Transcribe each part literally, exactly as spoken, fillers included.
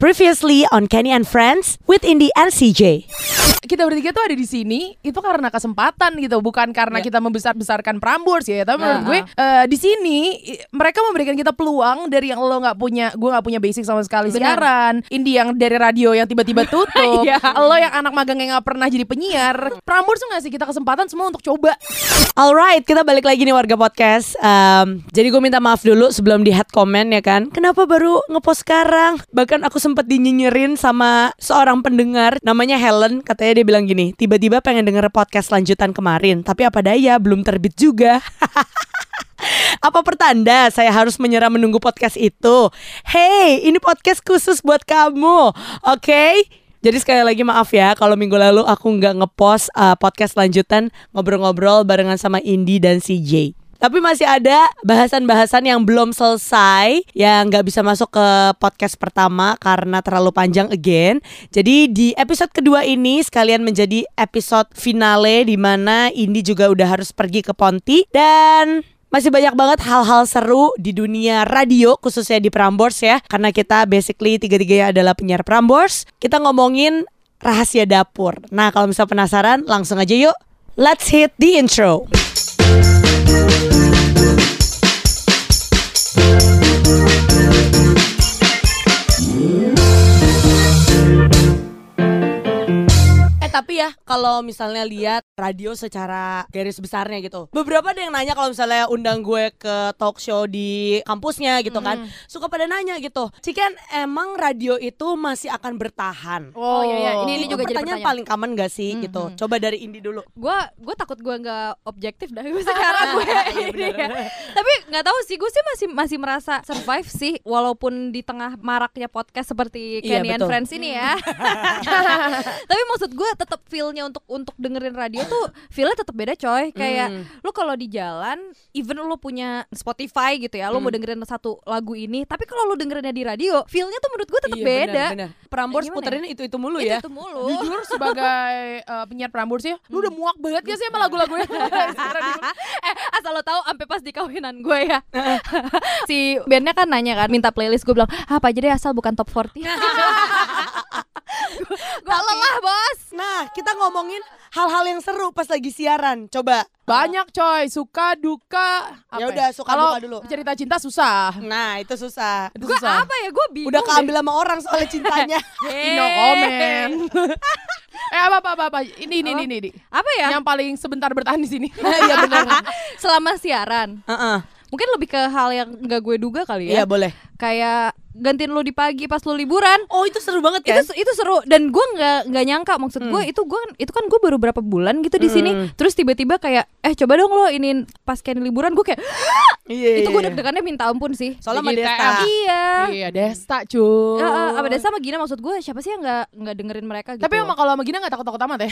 Previously on Kenny and Friends with Indi and C J. Kita bertiga tuh ada di sini itu karena kesempatan gitu, bukan karena yeah. kita membesar-besarkan Prambors ya. Tapi menurut uh, gue uh, di sini mereka memberikan kita peluang dari yang lo nggak punya, gue nggak punya basic sama sekali Bener. siaran. Indi yang dari radio yang tiba-tiba tutup, yeah. lo yang anak magang yang nggak pernah jadi penyiar. Prambors tuh ngasih kita kesempatan semua untuk coba. Alright, kita balik lagi nih warga podcast. Um, jadi gue minta maaf dulu sebelum di head comment ya kan. Kenapa baru ngepost sekarang? Bahkan aku sempet dinyinyirin sama seorang pendengar namanya Helen. Katanya dia bilang gini, tiba-tiba pengen denger podcast lanjutan kemarin, tapi apa daya belum terbit juga. Apa pertanda saya harus menyerah menunggu podcast itu? Hey, ini podcast khusus buat kamu, oke? Okay? Jadi sekali lagi maaf ya kalau minggu lalu aku nggak ngepost uh, podcast lanjutan ngobrol-ngobrol barengan sama Indi dan C J. Tapi masih ada bahasan-bahasan yang belum selesai, yang gak bisa masuk ke podcast pertama karena terlalu panjang again. Jadi di episode kedua ini sekalian menjadi episode finale, di mana Indi juga udah harus pergi ke Ponti. Dan masih banyak banget hal-hal seru di dunia radio, khususnya di Prambors ya. Karena kita basically tiga-tiganya adalah penyiar Prambors. Kita ngomongin rahasia dapur. Nah kalau misalnya penasaran, langsung aja yuk. Let's hit the intro. Tapi ya kalau misalnya lihat radio secara garis besarnya gitu, beberapa ada yang nanya kalau misalnya undang gue ke talk show di kampusnya gitu kan, mm. suka pada nanya gitu, Ciken emang radio itu masih akan bertahan? Oh iya iya, ini, ini juga jadi pertanyaan paling common gak sih mm-hmm. gitu. Coba dari Indi dulu. Gue gue takut gue nggak objektif dah sekarang gue ini ya. Tapi nggak tahu sih, gue sih masih masih merasa survive sih walaupun di tengah maraknya podcast seperti Kenny iya, and Friends ini ya. Tapi maksud gue tetap feel-nya untuk untuk dengerin radio tuh feel-nya tetap beda coy. Kayak mm. lu kalau di jalan, even lu punya Spotify gitu ya, lu mm. mau dengerin satu lagu ini, tapi kalau lu dengerinnya di radio, feel-nya tuh menurut gue tetap iya, beda. Bener, bener. Prambors eh, puterin ya? itu-itu mulu itu, ya. Itu mulu. Jujur sebagai uh, penyiar Prambors ya, lu udah muak banget gak sih sama lagu-lagunya? Eh asal lo tahu sampai pas di kawinan gue ya. Si bandnya kan nanya kan, minta playlist, gue bilang, "Ah, apa aja deh asal bukan top empat puluh." Gue lelah bos. Nah kita ngomongin hal-hal yang seru pas lagi siaran. Coba. Banyak coy, suka duka. Ya udah suka Kalo duka dulu. Cerita cinta susah. Nah itu susah. Gue apa ya, gue bingung. Udah keambil sama orang soalnya cintanya. No comment. Eh apa apa apa, apa. Ini ini, ini ini apa ya? Yang paling sebentar bertahan di sini. Iya benar. Selama siaran. Uh-uh. Mungkin lebih ke hal yang gak gue duga kali ya. Iya boleh. Kayak gantiin lu di pagi pas lu liburan. Oh itu seru banget kan? Itu itu seru, dan gue nggak nggak nyangka, maksud gue hmm. itu gue itu kan gue baru berapa bulan gitu di sini, hmm. terus tiba-tiba kayak eh coba dong lo inin pas Kenny liburan, gue kayak iya, itu gue iya. deg-degannya minta ampun sih. Soalnya sama Desta. Iya. Iya Desta cuy. Ya, uh, sama Desta sama Gina, maksud gue siapa sih yang nggak nggak dengerin mereka gitu. Tapi emang kalau sama Gina nggak takut-takut amat ya?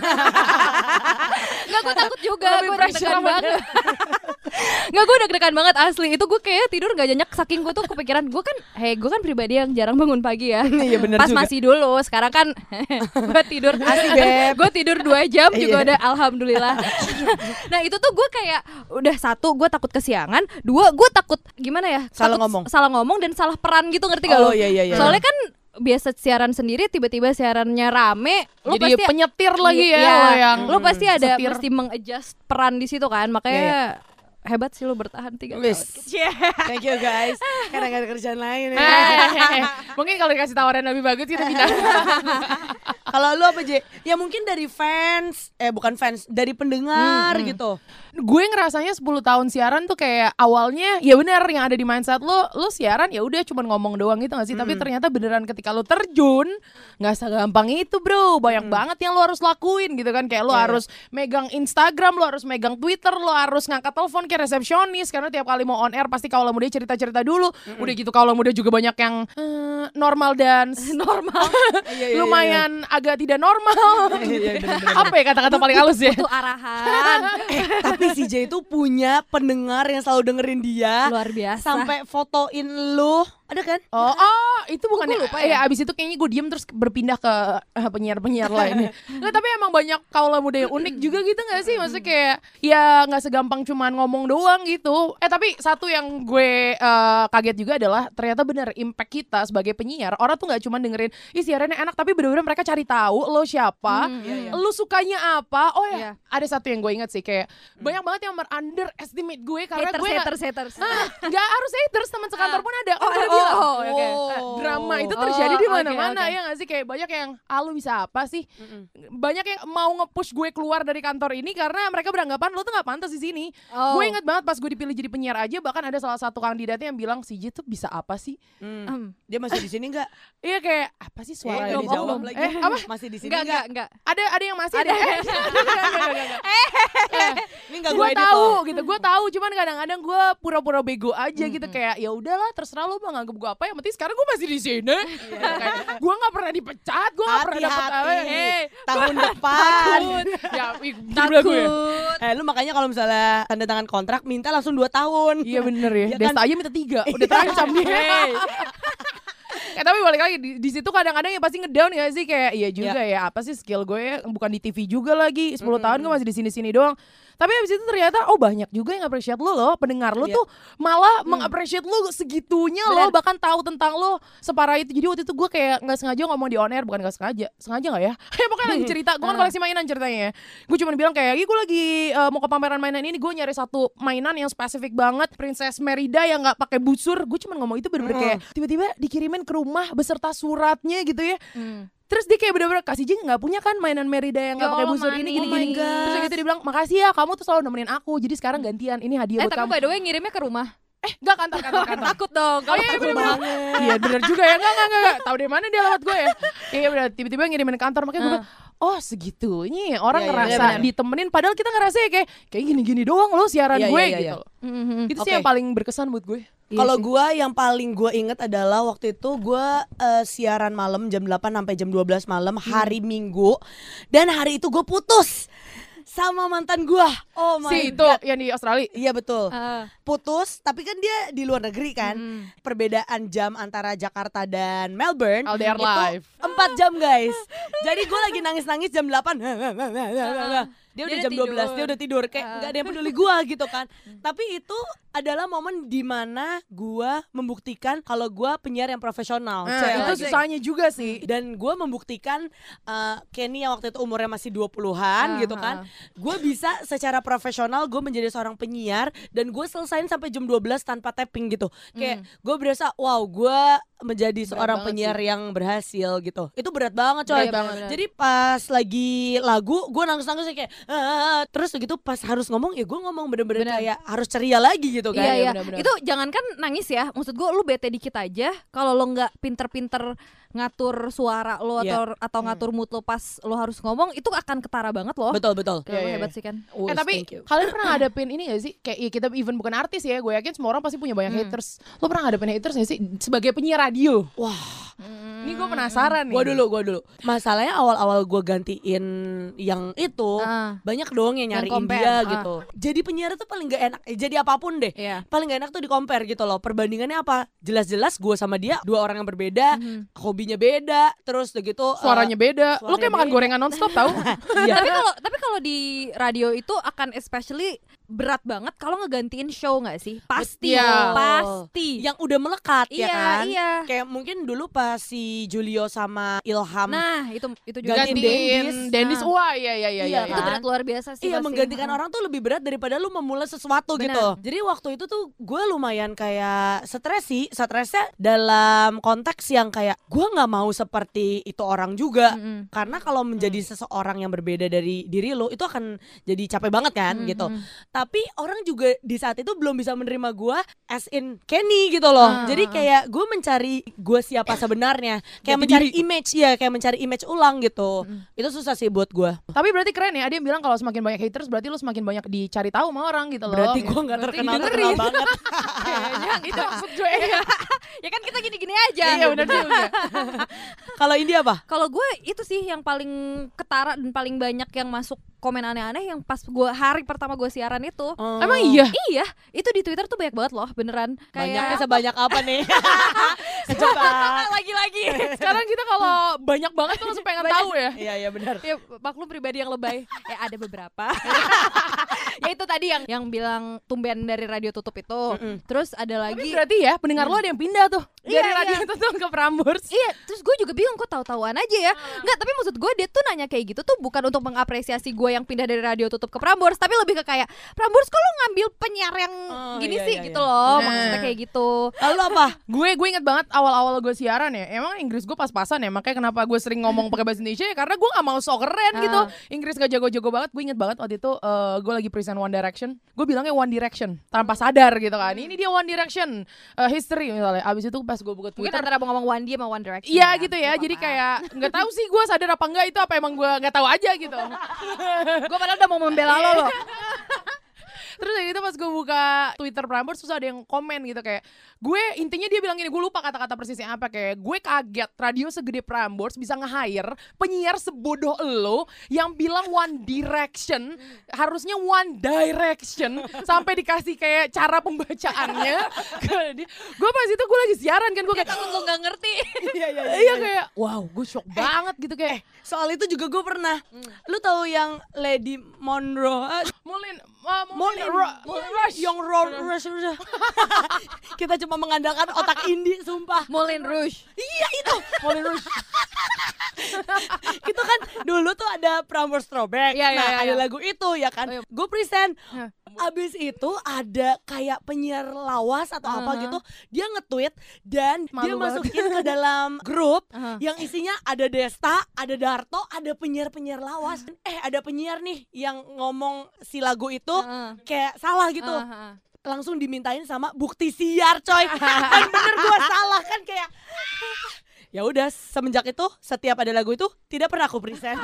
Nggak, gue takut juga, gue deg-degan banget. Nggak, gue deg-degan banget asli. Itu gue kayak tidur nggak nyenyak saking gue tuh kepikiran. Gue kan, hey gue kan pribadi yang jarang bangun pagi ya. Iya bener pas juga. masih dulu, sekarang kan gue tidur asik beb. Gue tidur dua jam juga iya. udah alhamdulillah. Nah itu tuh gue kayak udah satu, gue takut kesiangan, dua gue takut gimana ya, salah takut ngomong salah ngomong dan salah peran gitu, ngerti gak oh, lo? Iya, iya, iya. Soalnya kan biasa siaran sendiri, tiba-tiba siarannya rame, lo jadi pasti penyetir lagi ya, iya, lo yang lo pasti ada setir. mesti mengadjust peran di situ kan, makanya iya, iya. hebat sih lo bertahan tiga tahun. Yeah. Thank you guys. Karena gak ada kerjaan lain ya. Mungkin kalau dikasih tawaran lebih bagus kita pindah. Kalau lu apa J? Ya mungkin dari fans, eh bukan fans, dari pendengar hmm, hmm. gitu. Gue ngerasanya sepuluh tahun siaran tuh kayak awalnya ya benar yang ada di mindset lo, lo siaran ya udah cuma ngomong doang gitu gak sih? Hmm. Tapi ternyata beneran ketika lo terjun nggak segampang itu bro. Banyak hmm. banget yang lo harus lakuin gitu kan. Kayak lo yeah, harus yeah. megang Instagram, lo harus megang Twitter, lo harus ngangkat telepon kayak resepsionis karena tiap kali mau on air pasti Kaula Muda cerita-cerita dulu. Mm-hmm. Udah gitu Kaula Muda juga banyak yang uh, normal dance, normal, iya, iya, lumayan iya. agak tidak normal. Iya, bener-bener. Apa ya kata-kata paling halus ya? Butuh arahan. eh, tapi si J itu punya pendengar yang selalu dengerin dia. Luar biasa. Sampai fotoin lu Ada kan? Oh, oh itu bukan lupa ya. ya? Ya abis itu kayaknya gue diem terus berpindah ke uh, penyiar-penyiar lainnya. Nggak, tapi emang banyak kaula muda yang unik juga gitu nggak sih? Maksudnya kayak ya nggak segampang cuman ngomong doang gitu. Eh tapi satu yang gue uh, kaget juga adalah ternyata bener impact kita sebagai penyiar. Orang tuh nggak cuma dengerin, ih siarannya enak, tapi bener-bener mereka cari tahu lo siapa, Hmm, iya, iya. lo sukanya apa. Oh ya, Iya. ada satu yang gue inget sih kayak banyak banget yang underestimate gue karena haters, gue nggak- haters, haters. Ah, nggak harus haters, teman sekantor pun ada. Oh, Kan udah oh, bilang. oh, oke. Eh, drama itu Oh, terjadi di oke, mana-mana oke. ya nggak sih, kayak banyak yang ah lu bisa apa sih, Mm-mm. banyak yang mau nge-push gue keluar dari kantor ini karena mereka beranggapan lo tuh nggak pantas di sini. Oh. Gue inget banget pas gue dipilih jadi penyiar aja, bahkan ada salah satu kandidatnya yang bilang si J tuh bisa apa sih. Hmm. Hmm. Dia masih di sini nggak? Iya kayak apa sih Eh, suara nggak yang belum, dijawab belum. lagi. Eh, apa? Masih di sini Enggak, nggak? enggak, enggak. ada ada yang masih Ada. deh. Enggak, enggak, enggak, enggak. Ini nggak Gue gue edit tahu loh. gitu, gue tahu, cuman kadang-kadang gue pura-pura bego aja Hmm, gitu, hmm. kayak ya udahlah terserah lo mau nganggep gue apa, yang penting sekarang gue masih di sini. Kayak, gue nggak pernah dipecat, gue nggak pernah dapet apa. Hati-hati. Hey, Tahun depan. ya ih, gila gue ya. Takut. Eh lu makanya kalau misalnya tanda tangan kontrak minta langsung dua tahun. Iya bener ya, Ya kan? Desta aja minta tiga, udah terancam dia. Eh tapi balik lagi di, di situ kadang-kadang ya pasti ngedown ya sih, kayak iya juga ya, apa sih skill gue ya, bukan di T V juga lagi, sepuluh tahun gue masih di sini-sini doang. Tapi abis itu ternyata oh banyak juga yang appreciate lo loh, pendengar lo Iya. tuh malah mengappreciate lo segitunya lo, Bener. bahkan tahu tentang lo separah itu. Jadi waktu itu gue kayak nggak sengaja ngomong di on air, bukan nggak sengaja, sengaja nggak ya? Eh pokoknya lagi cerita, gue kan koleksi mainan ceritanya. Gue cuma bilang kayak, iya gue lagi uh, mau ke pameran mainan ini, gue nyari satu mainan yang spesifik banget, Princess Merida yang nggak pakai busur. Gue cuma ngomong itu bener-bener kayak tiba-tiba dikirimin ke rumah beserta suratnya gitu ya. Hmm. Terus dia kayak bener-bener kasih Jing nggak punya kan mainan Merida yang nggak Ya pakai Allah, busur manis. ini gini-gini. Oh my God. Terus gitu dia bilang makasih ya, kamu tuh selalu nemenin aku. Jadi sekarang gantian, ini hadiah Eh buat tapi kamu. by the way ngirimnya ke rumah. Eh nggak kantor kantor kantor. Takut dong. Oh iya bener-bener. Iya bener juga ya, nggak nggak nggak. Tahu dari mana dia lewat gue ya? Iya bener. Tiba-tiba ngirimin ke kantor, makanya gue bilang, oh segitunya orang Iya, iya, ngerasa bener-bener. ditemenin. Padahal kita ngerasa ya kayak kayak gini-gini doang lo siaran Iya, gue iya, iya, gitu. Mhm. Itu sih Oke. yang paling berkesan buat gue. Kalau gue yang paling gue inget adalah waktu itu gue uh, siaran malam jam delapan sampai jam dua belas malam hari Minggu, dan hari itu gue putus sama mantan gue. Oh my Si itu god. yang di Australia. Iya betul. Ah. Putus, tapi kan dia di luar negeri kan. Mm. Perbedaan jam antara Jakarta dan Melbourne L D R itu live. empat jam guys. Jadi gue lagi nangis-nangis jam delapan. Dia udah Dia jam udah dua belas, tidur. dia udah tidur kayak Ah. nggak ada yang peduli gue gitu kan. Tapi itu adalah momen dimana gue membuktikan kalau gue penyiar yang profesional. Nah, Cek itu lagi. susahnya juga sih. Dan gue membuktikan uh, Kenny yang waktu itu umurnya masih dua puluhan Ah, gitu kan. Gue bisa secara profesional gue menjadi seorang penyiar, dan gue selesain sampai jam dua belas tanpa tapping gitu. Kayak gue berasa wow gue menjadi seorang banget penyiar yang berhasil gitu. Itu berat banget coy. Berat banget. Jadi pas lagi lagu gue nangis-nangis kayak "Ah," terus gitu pas harus ngomong ya gue ngomong bener-bener Bener. kayak harus ceria lagi gitu kan. Iya iya. benar-benar. Itu jangankan nangis ya. Maksud gue lu bete dikit aja. Kalau lo nggak pinter-pinter ngatur suara lo Iya. atau atau ngatur mood lo pas lo harus ngomong, itu akan ketara banget loh. Betul betul. Kalau Iya, lo iya, hebat iya. sih kan. Wes, Eh tapi thank you. kalian pernah ngadepin ini gak sih? Kayak ya kita even bukan artis ya, gue yakin semua orang pasti punya banyak Hmm. haters. Lo pernah ngadepin haters gak sih sebagai penyiar radio? Wah. Ini gue penasaran nih. Gue dulu, gue dulu. Masalahnya awal-awal gue gantiin yang itu Ah. banyak dong yang Yang nyariin compare, dia ah. gitu. Jadi penyiar tuh paling gak enak. eh, Jadi apapun deh. Iya. Paling gak enak tuh di compare gitu loh. Perbandingannya apa? Jelas-jelas gue sama dia dua orang yang berbeda, Mhm. hobinya beda, terus udah gitu eh, Suaranya beda. Lo suaranya kayak makan beda. gorengan nonstop tau? iya. Tapi kalau tapi kalau di radio itu akan especially berat banget kalau ngegantiin show nggak sih? Pasti, Betul. pasti. Yang udah melekat ya Iya, kan. iya. Kayak mungkin dulu pas si Julio sama Ilham Nah, itu itu juga Gantiin Gantiin Dendis. Dendis. Nah. Wah iya iya iya. Iya, iya. itu berat luar biasa sih. Iya, pasti. menggantikan Heeh. orang tuh lebih berat daripada lu memulai sesuatu Benar. gitu. Jadi waktu itu tuh gue lumayan kayak stres sih. Stresnya dalam konteks yang kayak gue nggak mau seperti itu orang juga. Mm-mm. Karena kalau menjadi seseorang yang berbeda dari diri lu itu akan jadi capek banget kan Mm-mm. gitu. Tapi orang juga di saat itu belum bisa menerima gue as in Kenny gitu loh. Ah, Jadi ah, kayak gue mencari gue siapa sebenarnya. Kayak Jati mencari diri. image ya, kayak mencari image ulang gitu. Mm. Itu susah sih buat gue. Tapi berarti keren ya. Ada yang bilang kalau semakin banyak haters berarti lo semakin banyak dicari tahu sama orang gitu loh. Berarti gue nggak Berarti terkenal didengerin. terkenal banget. Kayaknya itu maksud gue. Ya kan kita gini-gini aja. Iya benar juga. Kalau Indi apa? Kalau gue itu sih yang paling ketara dan paling banyak yang masuk komen aneh-aneh yang pas gue hari pertama gue siaran itu. Oh. Emang iya? Iya, itu di Twitter tuh banyak banget loh, beneran. Banyaknya Kayak sebanyak apa nih? Coba. lagi-lagi. Sekarang kita kalau banyak banget tuh langsung pengen tahu ya. Iya iya benar. Ya maklum pribadi yang lebay. Ya ada beberapa. Ya itu tadi yang yang bilang tumben dari radio tutup itu. Mm-mm. Terus ada Tapi lagi. berarti ya pendengar lo ada yang pindah tuh Iya, dari iya. radio tutup ke Prambors. Iya, terus gue juga bingung kok tahu-tahuan aja ya. Enggak, tapi maksud gue dia tuh nanya kayak gitu tuh bukan untuk mengapresiasi gue yang pindah dari radio tutup ke Prambors, tapi lebih ke kayak Prambors kok lo ngambil penyiar yang Oh, gini iya, sih iya, gitu iya. loh, Nah. maksudnya kayak gitu. Lalu apa? Gue gue inget banget awal-awal gue siaran ya. Emang Inggris gue pas-pasan ya. Makanya kenapa gue sering ngomong pakai bahasa Indonesia ya karena gue gak mau sok keren gitu. Ah. Inggris gak jago-jago banget. Gue inget banget waktu itu uh, gue lagi present One Direction. Gue bilangnya One Direction tanpa sadar gitu kan. Ini dia One Direction uh, history misalnya. Abis itu pas gue buka Mungkin Twitter. antara mau ngomong One D sama One Direction. Iya ya, gitu ya. nggak Jadi apa-apa. kayak nggak tahu sih gue sadar apa enggak itu apa emang gue nggak tahu aja gitu. gue padahal udah mau membela lo loh. Terus kayak gitu pas gue buka Twitter Prambors terus ada yang komen gitu kayak gue intinya dia bilang gini, gue lupa kata-kata persisnya apa, kayak gue kaget radio segede Prambors bisa nge-hire penyiar sebodoh elo yang bilang One Direction harusnya One Direction sampai dikasih kayak cara pembacaannya ke dia. Gue pas itu gue lagi siaran kan gue kayak Takut lo nggak ngerti. Iya iya iya kayak wow gue shock banget gitu kayak Soal itu juga gue pernah. Lu tahu yang Lady Monroe? Ah, Molin uh, Moulin Ru- Moulin Rush Yang Ron Rush Rush. Kita cuma mengandalkan otak indie, sumpah. Moulin Rouge. Iya itu Moulin Rouge. Itu kan dulu tuh ada Prambors Throwback. Iya, iya, Nah iya, ada iya. lagu itu ya kan. Oh, iya. Gue present. Hah. Abis itu ada kayak penyiar lawas atau apa Uh-huh. gitu. Dia nge-tweet dan dia Malu banget. masukin ke dalam grup Uh-huh. yang isinya ada Desta, ada Darto, ada penyiar-penyiar lawas. Eh ada penyiar nih yang ngomong si lagu itu Uh-huh. kayak salah gitu. Uh-huh. Langsung dimintain sama bukti siar coy. Dan bener gue salah kan kayak. Ya udah semenjak itu setiap ada lagu itu tidak pernah aku present.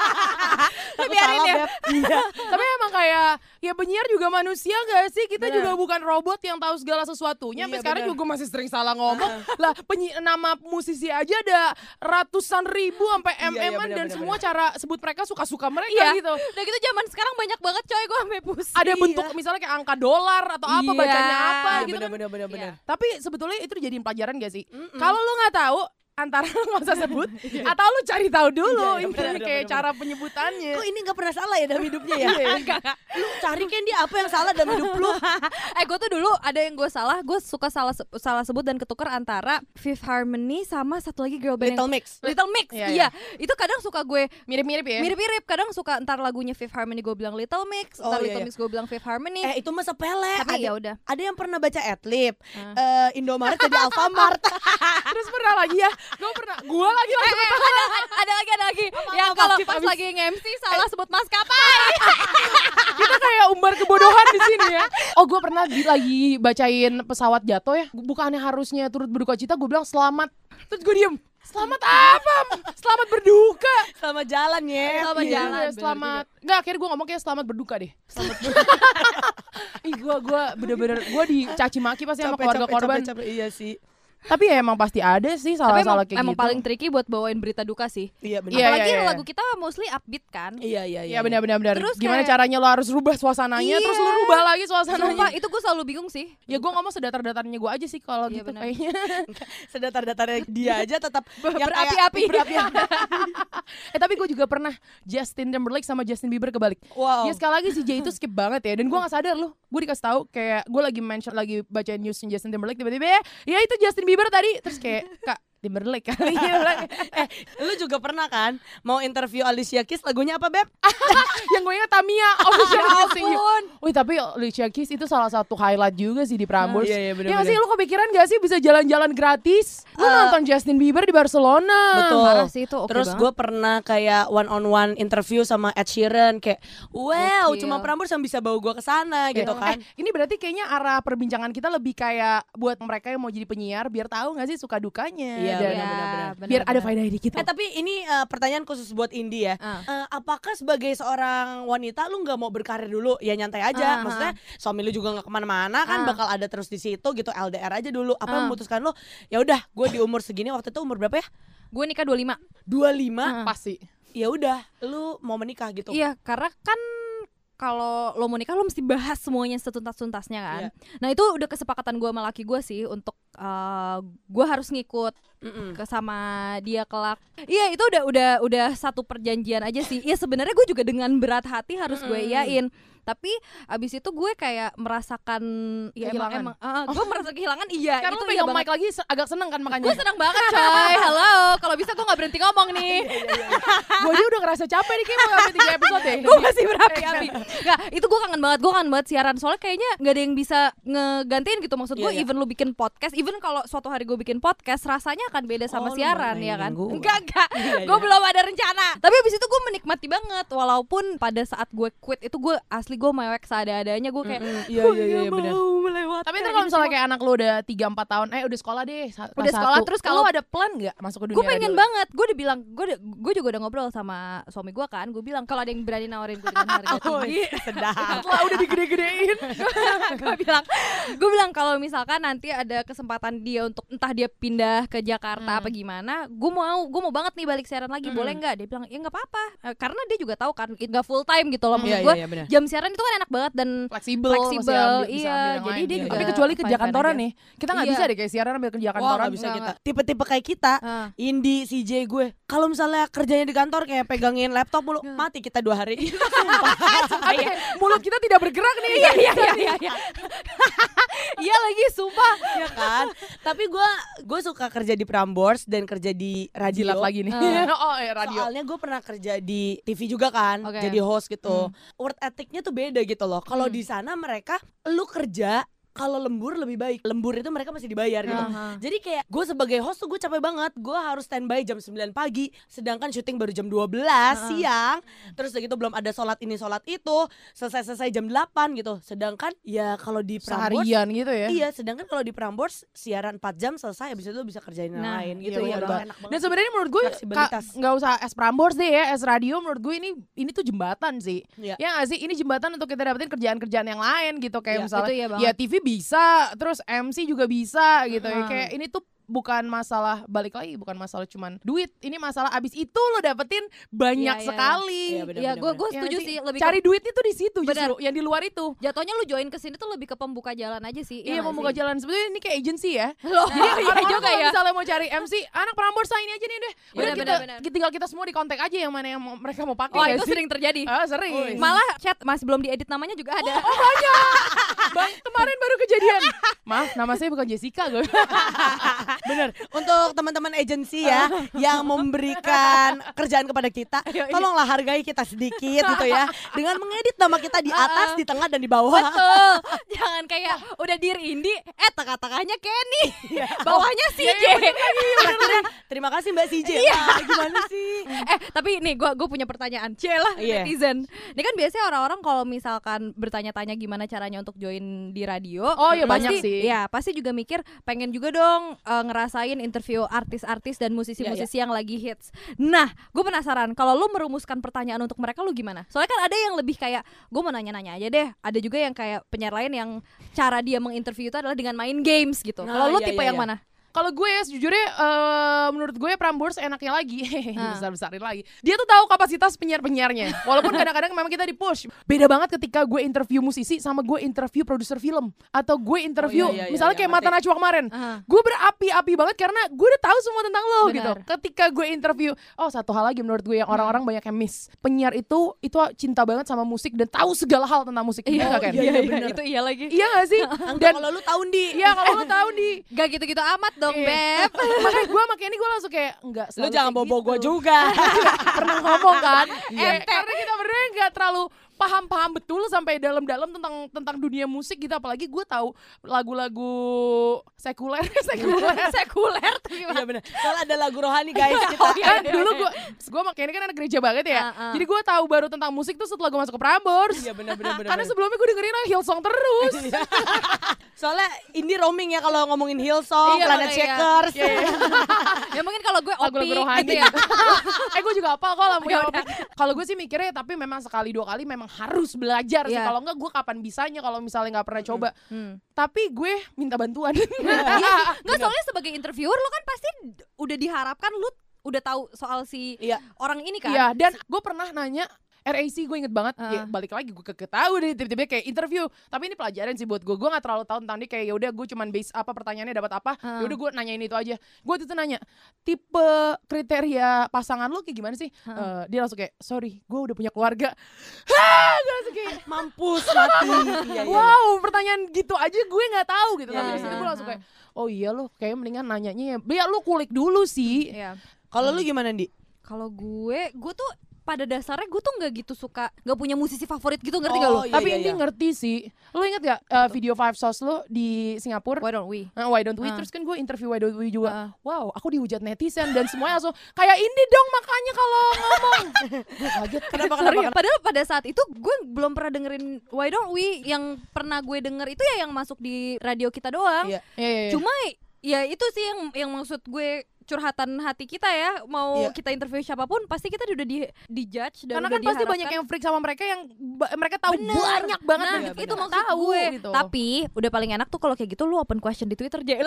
Aku biarin salah, ya. Beb. Iya. Tapi emang kayak ya penyiar juga manusia gak sih? Kita Bener. juga bukan robot yang tahu segala sesuatunya. Sampai Iya, sekarang bener. juga masih sering salah ngomong. Lah penyi- nama musisi aja ada ratusan ribu sampai Iya, iya, mm-an bener, dan bener, semua cara sebut mereka suka-suka mereka Iya. gitu. Udah gitu zaman sekarang banyak banget coy, gue sampai pusing. Ada Iya. bentuk misalnya kayak angka dolar atau apa Iya. bacanya apa Iya, gitu bener, kan. bener, bener, bener. Tapi sebetulnya itu dijadiin pelajaran gak sih? Mm-mm. Kalau lu nggak tahu antara lu nggak usah sebut atau lu cari tahu dulu Iya, iya, ini bener, kayak bener, cara penyebutannya. Kok ini gak pernah salah ya dalam hidupnya ya? Enggak, enggak. Lu cari Candy apa yang salah dalam hidup lu? Eh gue tuh dulu ada yang gue salah, gue suka salah se- salah sebut dan ketukar antara Fifth Harmony sama satu lagi girl band Little yang- Mix. Little Mix. Iya, Iya, itu kadang suka gue Mirip-mirip ya. mirip-mirip, kadang suka entar lagunya Fifth Harmony gue bilang Little Mix, Oh, entar iya, Little iya. Mix gue bilang Fifth Harmony. Eh itu mah sepele. Tapi Ada- ya udah. Ada yang pernah baca Adlib, Ah. eh, Indomaret jadi Alfamart. Terus pernah lagi ya. Gue pernah. Gue lagi langsung Eh, ada, ada lagi ada lagi yang apa, kalau Afif, pas Afif? lagi nge-M C salah sebut maskapai. kita kayak umbar kebodohan di sini ya. Oh gue pernah di, lagi bacain pesawat jatuh ya. Bukannya harusnya turut berduka cita, gue bilang selamat. Terus gue diem. Selamat apa? Selamat berduka. Selamat jalan ya. Selamat Iya. jalan. Iya, bener selamat. Enggak, akhirnya gue ngomong kayak selamat berduka deh. Selamat berduka. Ih gue gue bener-bener gue dicaci maki pasti sama Capek, keluarga capek, korban. capek, capek. Iya sih. Tapi ya emang pasti ada sih Tapi emang, salah-salah kayak emang gitu. paling tricky buat bawain berita duka sih. Iya benar. Iya, Apalagi iya, iya. lagu kita mostly upbeat kan. Iya iya Iya benar-benar benar. Terus Gimana kayak- caranya lo harus rubah suasananya, Iya. terus lo rubah lagi suasananya. Sumpah itu gue selalu bingung sih. Ya gue ngomong sedatar-datarnya gue aja sih kalau Iya, gitu benar. kayaknya. Sedatar-datarnya dia aja tetap yang kayak Berapi-api. berapi-api. Eh tapi gue juga pernah Justin Timberlake sama Justin Bieber kebalik. Wow. Ya sekali lagi si Jay itu skip banget ya. Dan gue gak sadar loh. Gue dikasih tahu kayak gue lagi mention lagi bacain news Justin Timberlake tiba-tiba ya, ya itu Justin Bieber tadi. Terus kayak Kak Timberlake kali ya. Eh, lu juga pernah kan mau interview Alicia Keys lagunya apa, Beb? Yang gue ingat Tamiya Official Ya Kissing You. ampun. Wih tapi Alicia Keys itu salah satu highlight juga sih di Prambors. Iya, iya, Ya bener-bener. nggak sih lu kepikiran gak sih bisa jalan-jalan gratis? Lu Eh, nonton Justin Bieber di Barcelona. Betul. Parah sih itu, oke Terus banget. gue pernah kayak one on one interview sama Ed Sheeran kayak wow, Gokil. cuma Prambors yang bisa bawa gue ke sana gitu kan. Eh, ini berarti kayaknya arah perbincangan kita lebih kayak buat mereka yang mau jadi penyiar biar tahu nggak sih suka dukanya. Iya, dan benar-benar. biar ada faedah dikit. Eh tapi ini eh, pertanyaan khusus buat Indi ya. Ah. Eh, apakah sebagai seorang wanita lu nggak mau berkarir dulu? Ya nyantai aja. Ah, Maksudnya suami lu juga nggak kemana-mana kan, Ah. bakal ada terus di situ gitu. L D R aja dulu. Apa Ah. memutuskan lu? Ya udah, gue di umur segini waktu itu umur berapa ya? Gue nikah dua puluh lima. dua puluh lima. Ah. Pasti. ya udah lu mau menikah gitu. Iya, karena kan kalau lo mau nikah lo mesti bahas semuanya setuntas-tuntasnya kan. Yeah. Nah itu udah kesepakatan gue sama laki gue sih untuk uh, gue harus ngikut Mm-mm. ke sama dia kelak. Iya itu udah udah udah satu perjanjian aja sih. Ya sebenarnya gue juga dengan berat hati harus gue iyain. Tapi abis itu gue kayak merasakan ya emang, emang uh, gue merasa kehilangan iya. Karena itu lo pegang mic lagi agak seneng kan makanya. Gue seneng banget coy. Halo, kalau bisa gue nggak berhenti ngomong nih. Gue aja udah ngerasa capek nih kayak mau sampai tiga episode deh. Gue masih berapi-api. Nggak, itu gue kangen banget. Gue kangen banget siaran. Soalnya kayaknya nggak ada yang bisa ngegantiin gitu. Maksud gue yeah, even yeah. lu bikin podcast, even kalau suatu hari gue bikin podcast, rasanya akan beda sama oh, siaran ya kan? Gua. Enggak enggak. Yeah, gue yeah. belum ada rencana. Tapi abis itu gue menikmati banget. Walaupun pada saat gue quit itu gue asli gue mewek seada-adanya. Gue kayak iya iya iya benar. Tapi itu kalau misalnya kayak anak lu udah tiga empat tahun, eh udah sekolah deh. Udah sekolah terus kalau ada plan nggak masuk ke dunia? Gue pengen banget. Gue udah bilang, gue gue juga udah ngobrol sama suami gue kan. Gue bilang kalau ada yang berani nawarin gue dengan harga tinggi, sedap. Setelah udah digede-gedein, gue bilang, gue bilang kalau misalkan nanti ada kesempatan dia untuk entah dia pindah ke Jakarta hmm. apa gimana, gue mau, gue mau banget nih balik siaran lagi, hmm. boleh nggak? Dia bilang ya nggak apa-apa, karena dia juga tahu kan nggak full time gitu loh. Menurut gue jam siaran itu kan enak banget dan fleksibel, fleksibel, iya. Jadi dia juga. Tapi kecuali kerja kantoran nih, kita nggak bisa deh kayak siaran ambil kerja kantoran. Bisa kita. Tipe-tipe kayak kita, Indi, C J gue, kalau misalnya kerjanya di kantor kayak pegangin laptop mulu, mati kita dua hari. Mulut kita tidak bergerak nih. Iya iya iya iya. Iya lagi sumpah. Iya kan. Tapi gue gue suka kerja di Prambors dan kerja di radio. Jilat lagi nih. Uh. oh eh radio. Soalnya gue pernah kerja di T V juga kan, okay. jadi host gitu. Hmm. Work ethicnya tuh beda gitu loh. Kalau hmm. di sana mereka lu kerja kalau lembur lebih baik. Lembur itu mereka masih dibayar gitu. Uh-huh. Jadi kayak gue sebagai host tuh gue capek banget. Gue harus standby jam sembilan pagi, sedangkan syuting baru jam dua belas uh-huh. siang. Terus gitu belum ada sholat ini sholat itu, selesai-selesai jam delapan gitu. Sedangkan ya kalau di Prambors seharian gitu ya. Iya, sedangkan kalau di Prambors siaran empat jam selesai, habis itu bisa kerjain yang nah, lain gitu iya, ya. Enak banget. Dan sebenarnya menurut gue nggak usah es Prambors deh ya, es radio menurut gue ini ini tuh jembatan sih. Ya nggak sih? Ini jembatan untuk kita dapetin kerjaan-kerjaan yang lain gitu kayak ya, misalnya iya ya T V bisa, terus M C juga bisa gitu ya. Kayak ini tuh bukan masalah, balik lagi bukan masalah cuman duit, ini masalah abis itu lo dapetin banyak yeah, sekali. Iya, gue gue setuju ya, sih. Lebih cari ke... duitnya tuh di situ justru, yang di luar itu. Jatuhnya lu join ke sini tuh lebih ke pembuka jalan aja sih. Iya, ya membuka sih? Jalan. Sebetulnya ini kayak agency ya. Loh, jadi iya orang juga ya. Misalnya mau cari M C, anak Prambors ini aja nih deh. Udah bener, kita bener, bener. tinggal kita semua di kontak aja yang mana yang mau, mereka mau pakai. Oh, itu sih? Sering terjadi. Ah, sering. Oh, malah chat masih belum diedit namanya juga ada. Oh, oh banyak. Bang, kemarin baru kejadian. Maaf, nama saya bukan Jessica gue. Bener. Untuk teman-teman agensi ya yang memberikan kerjaan kepada kita, tolonglah hargai kita sedikit gitu ya, dengan mengedit nama kita di atas, di tengah dan di bawah. Betul. Jangan kayak udah Dear Indi, eh tengah-tengahnya Kenny, bawahnya C J. Terima kasih Mbak C J. Ah, gimana sih? Eh tapi nih gue gue punya pertanyaan, Celah netizen. Ini kan biasanya orang-orang kalau misalkan bertanya-tanya gimana caranya untuk join di radio. Oh iya pasti, banyak sih. Ya pasti juga mikir pengen juga dong uh, ngerasain interview artis-artis dan musisi-musisi yeah, yeah. yang lagi hits. Nah, gue penasaran kalau lu merumuskan pertanyaan untuk mereka lu gimana? Soalnya kan ada yang lebih kayak gue mau nanya-nanya aja deh. Ada juga yang kayak penyiar lain yang cara dia menginterview itu adalah dengan main games gitu. Nah, kalau lu iya, tipe iya, yang iya. mana? Kalau gue ya sejujurnya uh, menurut gue Prambors enaknya lagi uh. besar-besarin lagi. Dia tuh tahu kapasitas penyiar-penyiarnya. Walaupun kadang-kadang memang kita di push. Beda banget ketika gue interview musisi sama gue interview produser film atau gue interview oh, iya, iya, iya, misalnya iya, kayak Mata Najwa kemarin. Uh. Gue berapi-api banget karena gue udah tahu semua tentang lo. Benar. Gitu. Ketika gue interview, oh satu hal lagi menurut gue yang orang-orang hmm. banyak yang miss. Penyiar itu itu cinta banget sama musik dan tahu segala hal tentang musik. Iya, oh, kan? Iya, iya, iya, itu iya lagi. Iya gak sih? Dan kalau lu tahu di, iya kalau lu tahu di, gak gitu-gitu amat dong, Beb. Makanya gue makanya ini gue langsung kayak enggak lu jangan bobo gitu. gue juga. Pernah ngomong kan yeah. eh, karena kita berdua enggak terlalu paham-paham betul sampai dalam-dalam tentang tentang dunia musik gitu, apalagi gue tahu lagu-lagu sekuler sekuler sekuler tuh gimana? Iya benar. Kalau ada lagu rohani guys kita. Oh, iya, dulu gue gue makanya ini kan anak gereja banget ya. Uh, uh. Jadi gue tahu baru tentang musik tuh setelah gue masuk ke Prambors. Iya benar benar benar. Karena sebelumnya gue dengerin Hillsong terus. Soalnya indie roaming ya kalau ngomongin Hillsong, iya, Planet Shakers. Iya, iya. Ya mungkin kalau gue lagu-lagu rohani ya. eh gue juga apa kok lagu kalau gue sih mikirnya tapi memang sekali dua kali memang harus belajar sih. Kalau enggak gue kapan bisanya kalau misalnya nggak pernah coba. Hmm. Tapi gue minta bantuan. Nggak, soalnya sebagai interviewer lo kan pasti udah diharapkan lu udah tahu soal si Iya. orang ini kan. Iya, dan gue pernah nanya R A C, gue inget banget, Uh. ya, balik lagi gue ketahu deh tiba-tiba kayak interview, tapi ini pelajaran sih buat gue, gue nggak terlalu tahu tentang dia, kayak ya udah gue cuman base apa pertanyaannya dapat apa, Uh. ya udah gue nanyain itu aja. Gue tuh nanya tipe kriteria pasangan lo kayak gimana sih? Uh. Uh, dia langsung kayak sorry, gue udah punya keluarga. Hah, gue langsung kayak Mampus mati. Iya, iya. wow, pertanyaan gitu aja gue nggak tahu gitu. Iya, Tapi iya, di situ iya. gue langsung kayak oh iya lo kayak mendingan nanyanya ya, ya lu kulik dulu sih. Iya. Kalau lu gimana, Di? Kalau gue, gue tuh pada dasarnya gue tuh nggak gitu suka, nggak punya musisi favorit gitu, ngerti gak Oh, lo? iya, Tapi iya, ini iya. ngerti sih. Lo inget gak uh, video Five Sauce lo di Singapura? Why don't we? Nah, why don't we? Uh. Terus kan gue interview Why don't we juga. Uh. Wow, aku dihujat netizen dan semuanya langsung kayak ini dong makanya kalau ngomong. Gue kaget. Kenapa, Sorry, kenapa? padahal pada saat itu gue belum pernah dengerin Why Don't We. Yang pernah gue denger itu ya yang masuk di radio kita doang. Iya. Iya, iya, iya. Cuma ya itu sih yang yang maksud gue, curhatan hati kita ya, mau Iya. kita interview siapapun pasti kita udah di di judge dan karena udah kan pasti diharapkan. banyak yang freak sama mereka yang ba- mereka tahu Bener. banyak banget. Nah, dan Iya, kita itu nggak maksud tahu, gue gitu. Tapi udah paling enak tuh kalau kayak gitu lu open question di Twitter aja lah.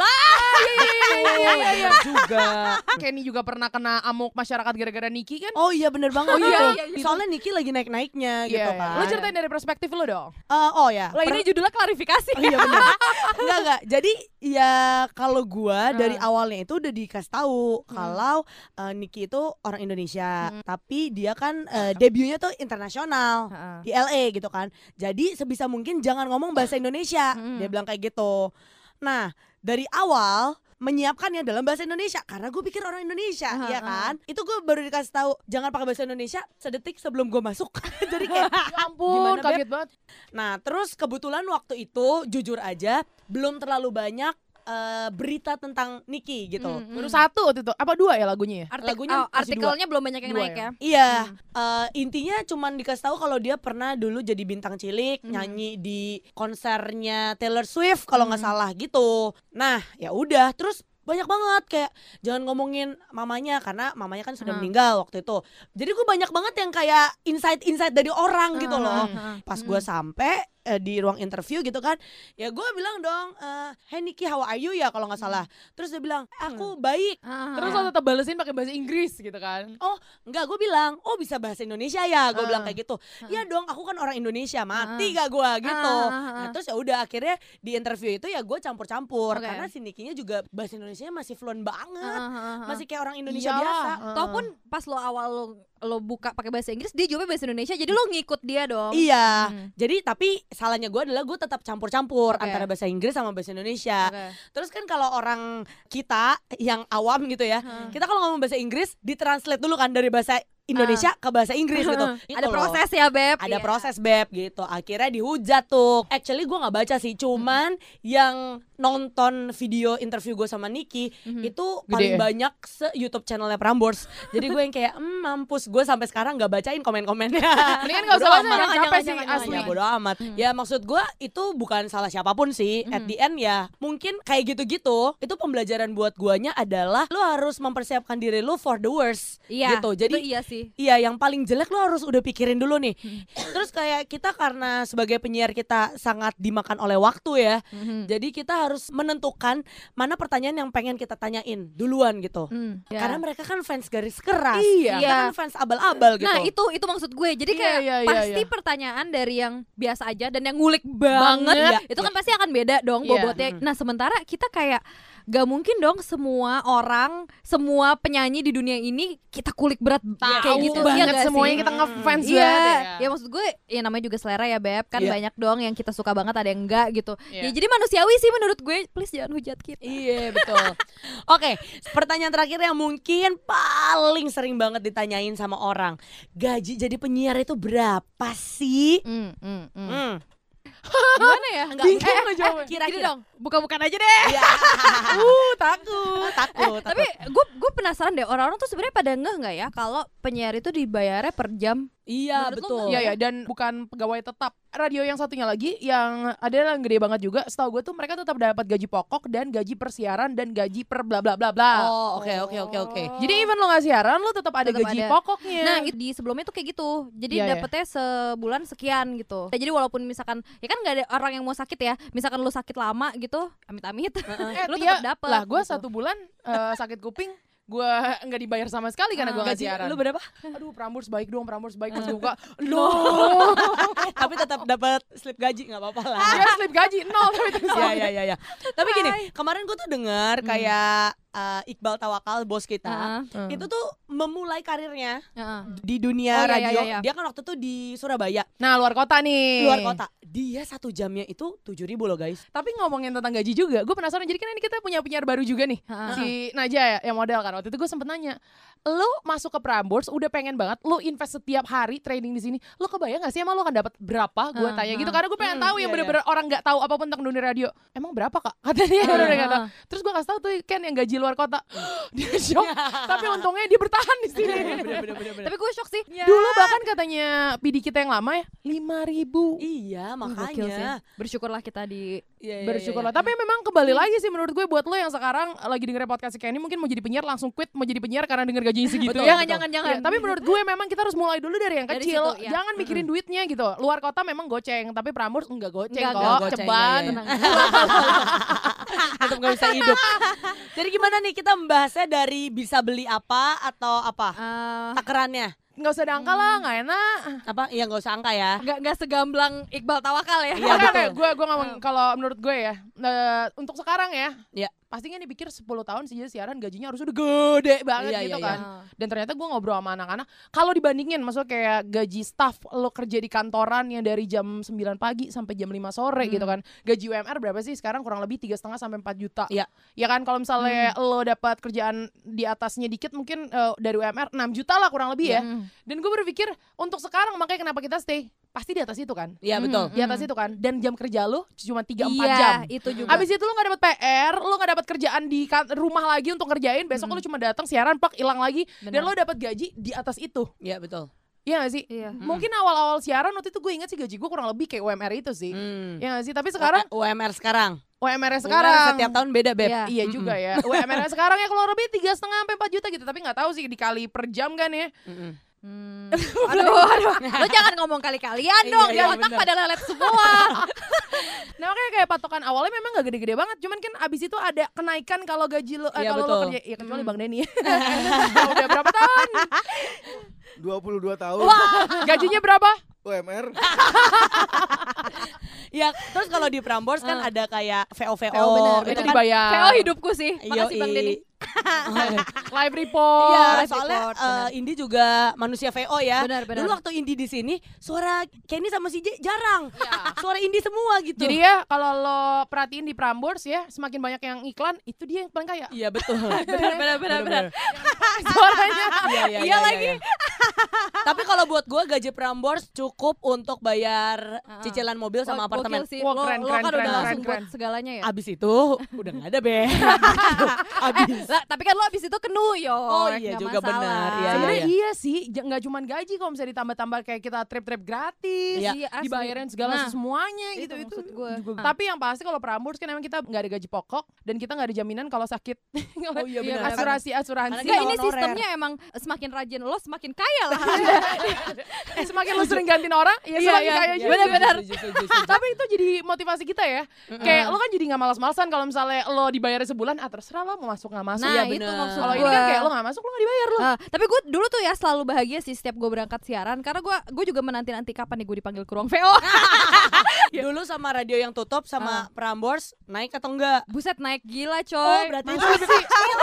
iya, iya, iya, iya. juga. Kenny juga pernah kena amuk masyarakat gara-gara Niki kan? Oh iya bener banget Oh, iya, tuh. iya, iya. Soalnya Niki lagi naik-naiknya gitu Iya, iya. kan. Lo ceritain dari perspektif lo dong. Eh, oh ya. Lah ini judulnya klarifikasi. Oh, iya bener. Enggak enggak. Jadi ya kalau gua Hmm. dari awalnya itu udah dikasih tahu kalau uh, Niki itu orang Indonesia, Hmm. tapi dia kan uh, debutnya tuh internasional Heeh. di L A gitu kan. Jadi sebisa mungkin jangan ngomong bahasa Indonesia. Hmm. Dia bilang kayak gitu. Nah, dari awal menyiapkannya dalam bahasa Indonesia karena gue pikir orang Indonesia, Aha, ya kan? Itu gue baru dikasih tahu jangan pakai bahasa Indonesia sedetik sebelum gue masuk. Jadi kayak Ya ampun, Gimana, Beb? kaget banget. Nah, terus kebetulan waktu itu jujur aja belum terlalu banyak eh, berita tentang Niki gitu. Hmm, Baru satu waktu itu. Apa dua ya lagunya ya? Artik- Lagunya oh, masih artikelnya belum banyak yang Dua naik ya? ya. Iya, Hmm. eh, intinya cuman dikasih tahu kalau dia pernah dulu jadi bintang cilik, Hmm. nyanyi di konsernya Taylor Swift kalau nggak Hmm. salah gitu. Nah, ya udah, terus banyak banget kayak jangan ngomongin mamanya karena mamanya kan sudah Hmm. meninggal waktu itu. Jadi gue banyak banget yang kayak insight-insight dari orang gitu loh. Hmm. Pas gue sampai eh, di ruang interview gitu kan, ya gue bilang dong, eh, hey Niki how are you ya kalau nggak salah. Terus dia bilang aku baik. Ah. Terus lo tetap balesin pakai bahasa Inggris gitu kan? Oh enggak, gue bilang oh bisa bahasa Indonesia ya, gue Ah. bilang kayak gitu. Ya dong, aku kan orang Indonesia, mati gak gue gitu. Ah, ah, ah. Nah terus ya udah akhirnya di interview itu ya gue campur-campur Oke. karena si Nikinya juga bahasa Indonesia masih fluent banget, Ah, ah, ah, ah. masih kayak orang Indonesia Iyalah. biasa. Ah. Toh pun pas lo awal lo, lo buka pakai bahasa Inggris, dia jawabnya bahasa Indonesia, jadi lo ngikut dia dong. Iya, Hmm. jadi tapi salahnya gue adalah gue tetap campur-campur Oke. antara bahasa Inggris sama bahasa Indonesia. Oke. Terus kan kalau orang kita yang awam gitu ya, Hmm. kita kalau ngomong bahasa Inggris ditranslate dulu kan dari bahasa Indonesia ke bahasa Inggris gitu. Gitu Ada loh. proses ya, Beb. Ada Iya. proses beb gitu. Akhirnya dihujat tuh. Actually gue nggak baca sih, cuman yang nonton video interview gue sama Niki Mhm. itu Gede paling ya? banyak se YouTube channelnya Prambors. Jadi gue yang kayak hmm, mampus, gue sampai sekarang nggak bacain komen-komennya. Mendingan gak usah Bodo baca, amat. jangan capek sih jangan, asli. Ya bodo amat. Ya maksud gue itu bukan salah siapapun sih. At Mhm. the end ya mungkin kayak gitu-gitu. Itu pembelajaran buat guanya adalah lu harus mempersiapkan diri lu for the worst. Iya. Gitu. Jadi itu iya sih. iya, yang paling jelek lo harus udah pikirin dulu nih. Terus kayak kita karena sebagai penyiar kita sangat dimakan oleh waktu ya. Mhm. Jadi kita harus menentukan mana pertanyaan yang pengen kita tanyain duluan gitu. Hmm, ya. Karena mereka kan fans garis keras. Iya. Kita Iya. kan fans abal-abal gitu. Nah itu itu maksud gue. Jadi Iya, kayak iya, iya, pasti iya. pertanyaan dari yang biasa aja dan yang ngulik banget, Banget. itu kan pasti akan beda dong Iya. bobotnya. Nah sementara kita kayak gak mungkin dong semua orang, semua penyanyi di dunia ini kita kulik berat Tahu kayak gitu. banget Iya gak semuanya sih? kita ngefans Iya, banget ya. ya maksud gue, ya namanya juga selera ya Beb. Kan Iya. banyak dong yang kita suka banget, ada yang enggak gitu. Iya. Ya jadi manusiawi sih menurut gue. Please jangan hujat kita. Iya betul. Oke, pertanyaan terakhir yang mungkin paling sering banget ditanyain sama orang. Gaji jadi penyiar itu berapa sih? Hmm, hmm, hmm. Hmm. Gimana ya? Enggak, Bingung eh, ngejawabnya. Gini kira-kira dong, buka-bukan aja deh. Iya. Uh, takut. takut, Tapi takut. gue gue penasaran deh, orang-orang tuh sebenarnya pada ngeh nggak ya kalau penyiar itu dibayarnya per jam? Iya Menurut lo betul. nggak? Iya ya, dan bukan pegawai tetap. Radio yang satunya lagi yang ada yang gede banget juga. Setahu gue tuh mereka tetap dapat gaji pokok dan gaji per siaran dan gaji per bla bla bla bla. Oh oke oke oke oke. Jadi even lo nggak siaran, lo tetap ada Tetap gaji ada. pokoknya. Nah itu di sebelumnya tuh kayak gitu. Jadi Iya, iya. dapetnya sebulan sekian gitu. Jadi walaupun misalkan ya kan nggak ada orang yang mau sakit ya. Misalkan lu sakit lama gitu, amit-amit, eh, lu Tia, tetap dapet. lah gue gitu. satu bulan eh, sakit kuping gue nggak dibayar sama sekali karena gue nggak Gaji siaran. lu berapa? Aduh, Prambors baik dong, Prambors baik. Pas gue buka, no. Tapi tetap dapat slip gaji nggak apa-apa lah. Dia slip gaji nol tapi terus. Iya iya iya. Ya. Tapi gini, kemarin gue tuh dengar kayak uh, Iqbal Tawakal bos kita Uh-huh. itu tuh memulai karirnya Uh-huh. di dunia Oh, iya, radio. iya, iya. Dia kan waktu itu di Surabaya, Nah, luar kota nih. luar kota. Dia satu jamnya itu tujuh ribu loh guys. Tapi ngomongin tentang gaji juga, gue penasaran. Jadi kan ini kita punya penyiar baru juga nih, Ha-ha. si Naja ya, yang model kan. Waktu itu gue sempet nanya, lu masuk ke Prambors udah pengen banget, lu invest setiap hari training di sini, lu kebayang gak sih emang lu akan dapat berapa? Gue Ha, tanya ha. gitu karena gue pengen Hmm, tahu yang iya, bener-bener orang nggak tahu apapun tentang dunia radio. Emang berapa kak? Kata dia Ha, udah nggak ha. tahu. Terus gue kasih tahu tuh kan yang gaji luar kota, dia shock. Tapi untungnya dia bertahan di sini. Tapi gue shock sih. Dulu bahkan katanya P D kita yang lama ya lima ribu. Iya Gokil sih. makanya. Bersyukurlah kita di Iya, iya, Bersyukurlah. iya, iya. Tapi memang kembali lagi sih menurut gue buat lo yang sekarang lagi dengerin podcast si Kenny mungkin mau jadi penyiar langsung quit mau jadi penyiar karena denger gajinya segitu Betul, ya. Jangan, jangan, jangan. Ya, tapi menurut gue memang kita harus mulai dulu dari yang Dari kecil. situ, ya. Jangan mikirin duitnya gitu. Luar kota memang goceng, tapi Prambors enggak goceng Enggak, kok. enggak goceng, Ceban. iya, iya. Tenang. Tetap gak bisa hidup. Jadi gimana nih kita membahasnya dari bisa beli apa atau apa? Eh, Takarannya Nggak usah ada angka lah, nggak enak. apa? Iya nggak usah angka ya. nggak nggak segamblang Iqbal Tawakal ya. Iya, Oke, betul. oke, gue gue ngomong kalau menurut gue ya, eh, untuk sekarang ya, Iya. pasti kan dipikir sepuluh tahun sih siaran gajinya harus udah gede banget Iya, gitu iya, kan. iya. Dan ternyata gue ngobrol sama anak-anak, kalau dibandingin maksudnya kayak gaji staff lo kerja di kantoran yang dari jam sembilan pagi sampai jam lima sore Hmm. gitu kan. Gaji U M R berapa sih sekarang? Kurang lebih tiga setengah sampai empat juta. Iya. Ya kan kalau misalnya Hmm. lo dapat kerjaan di atasnya dikit mungkin eh, dari U M R enam juta lah kurang lebih ya. Hmm. Dan gue berpikir untuk sekarang makanya kenapa kita stay? Pasti di atas itu kan. Iya betul. Di atas itu kan. Dan jam kerja lo cuma tiga empat Iya, jam. itu juga. Abis itu lu gak dapet P R, lu gak dapet kerjaan di ka- rumah lagi untuk ngerjain. Besok lu cuma datang siaran, pak, hilang lagi. Dan Benar. lu dapet gaji di atas itu. Iya betul. Iya gak sih? Iya. Mungkin awal-awal siaran waktu itu gue inget sih gaji gue kurang lebih kayak U M R itu sih. Hmm. Iya gak sih? Tapi sekarang U M R sekarang. U M R U M R sekarang setiap tahun beda beb. Iya. Iya juga ya. U M R sekarang ya kalau lebih tiga setengah sampai empat juta gitu. Tapi nggak tahu sih dikali per jam kan ya. Mm-mm. Hmm. Aduh, aduh. Lo jangan ngomong kali-kalian dong, Iya, iya, di otak bener. pada lelet semua. Nah makanya kayak patokan awalnya memang gak gede-gede banget. Cuman kan abis itu ada kenaikan kalau gaji lo, eh, Iya, kalau lo betul. kerja. Ya kecuali Bang Denny. Udah berapa tahun? dua puluh dua tahun Gajinya berapa? U M R. Ya, terus kalau di Prambors kan Ah. ada kayak V O V O, V O benar, gitu Itu kan. dibayar. V O hidupku sih. Makasih Bang Yoi. Denny. Live report. Iya, live soalnya report, eh, benar. Indi juga manusia V O ya. Benar, benar. Dulu waktu Indi di sini, suara Kenny sama si J jarang. Iya. Suara Indi semua gitu. Jadi ya kalau lo perhatiin di Prambors ya, semakin banyak yang iklan, itu dia yang paling kaya. Iya betul. Benar, benar, benar, benar. Suaranya. Iya, iya, iya, lagi. Tapi kalau buat gue gaji Prambors cukup untuk bayar Ah. cicilan mobil sama Wah, apartemen. gokil sih. Wah, Lo, keren, lo keren, kan keren, udah keren, langsung buat keren. segalanya ya. Abis itu udah gak ada be. Abis. Lah, tapi kan lo abis itu ke New York. Oh, iya nggak juga masalah. benar, iya, Sebenarnya iya. iya sih, j- nggak cuma gaji kalau misalnya ditambah-tambah kayak kita trip-trip gratis, Iya. Iya, asli. dibayarin segala Nah, semuanya itu gitu itu. maksud gue. juga- Tapi yang pasti kalau Prambors kan emang kita nggak ada gaji pokok dan kita nggak ada jaminan kalau sakit. Oh iya benar. Asuransi asuransi. Karena Enggak, ini honorer. sistemnya emang semakin rajin lo semakin kaya lah. Eh, semakin lu sering gantiin orang, ya Iya, semakin iya. kaya Iya, juga. benar-benar. Setuju, setuju, setuju. Tapi itu jadi motivasi kita ya. Kayak lo kan jadi nggak malas-malasan kalau misalnya lo dibayar sebulan, ah terserah lo mau masuk nggak masuk. Nah, Ya, itu bener. maksud kalau gue. ini kan kayak lo nggak masuk lo nggak dibayar lo. Ah, tapi gue dulu tuh ya selalu bahagia sih setiap gue berangkat siaran karena gue gue juga menanti-nanti kapan nih gue dipanggil ke ruang V O. Dulu sama radio yang tutup sama Prambors naik atau enggak? Buset naik gila coy. Oh, berarti Masa sih?